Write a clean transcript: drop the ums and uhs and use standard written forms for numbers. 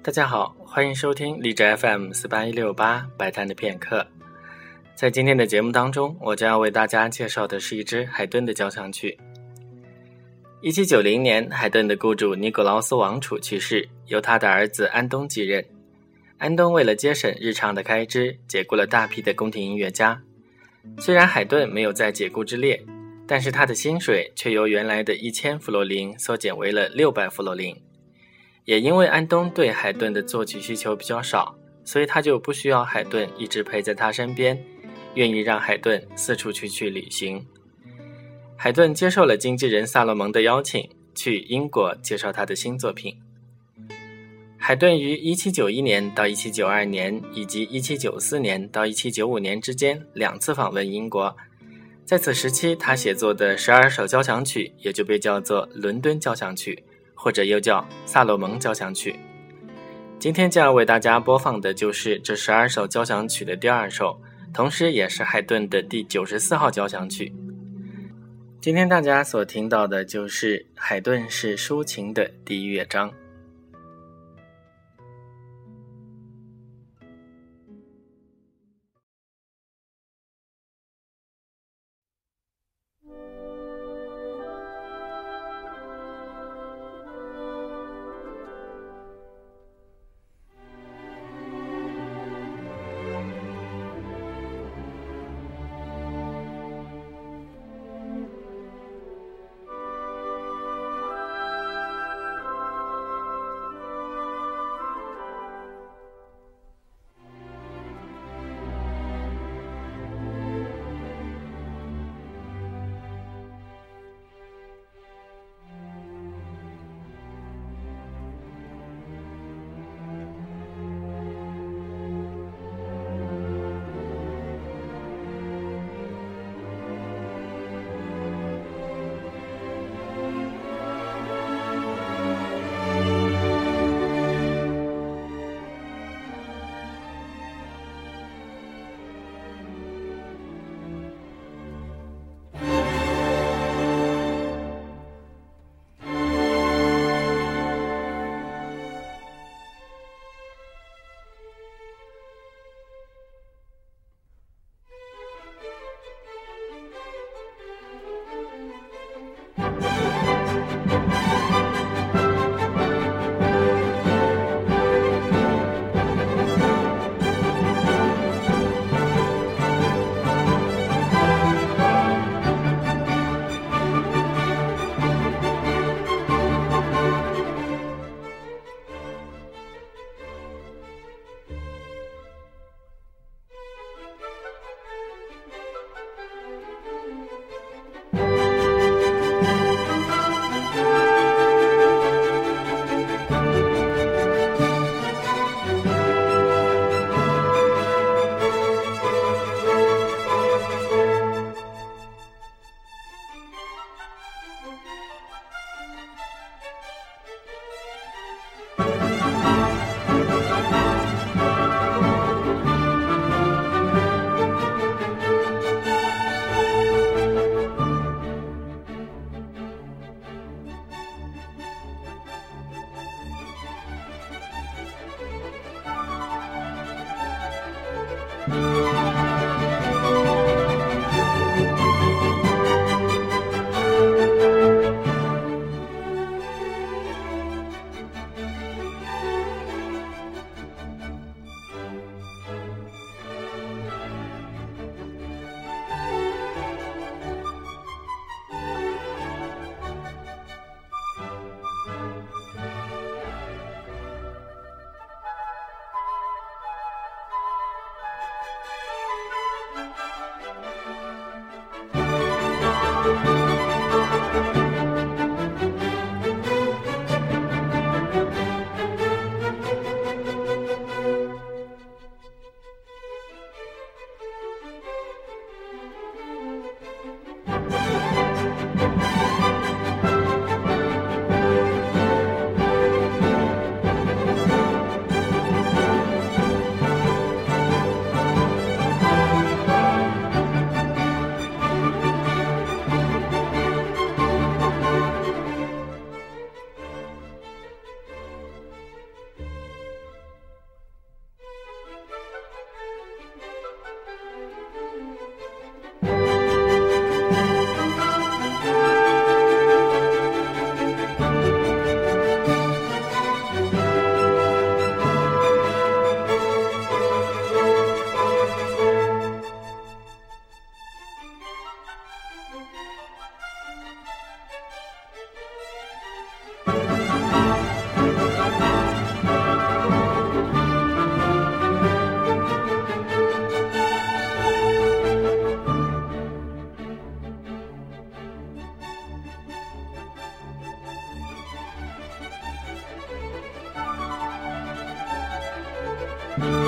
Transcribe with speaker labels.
Speaker 1: 大家好，欢迎收听荔枝 FM48168白谈的片刻。在今天的节目当中，我将要为大家介绍的是一支海顿的交响曲。1790年，海顿的雇主尼古劳斯王储去世，由他的儿子安东继任。安东为了节省日常的开支，解雇了大批的宫廷音乐家。虽然海顿没有在解雇之列，但是他的薪水却由原来的1000弗洛林缩减为了600弗洛林。也因为安东对海顿的作曲需求比较少，所以他就不需要海顿一直陪在他身边，愿意让海顿四处去旅行。海顿接受了经纪人萨洛蒙的邀请，去英国介绍他的新作品。海顿于1791年到1792年以及1794年到1795年之间2次访问英国，在此时期他写作的12首交响曲也就被叫做伦敦交响曲，或者又叫萨洛蒙交响曲。今天将要为大家播放的就是这12首交响曲的第2首，同时也是海顿的第94号交响曲。今天大家所听到的就是海顿式抒情的第1乐章。 拜。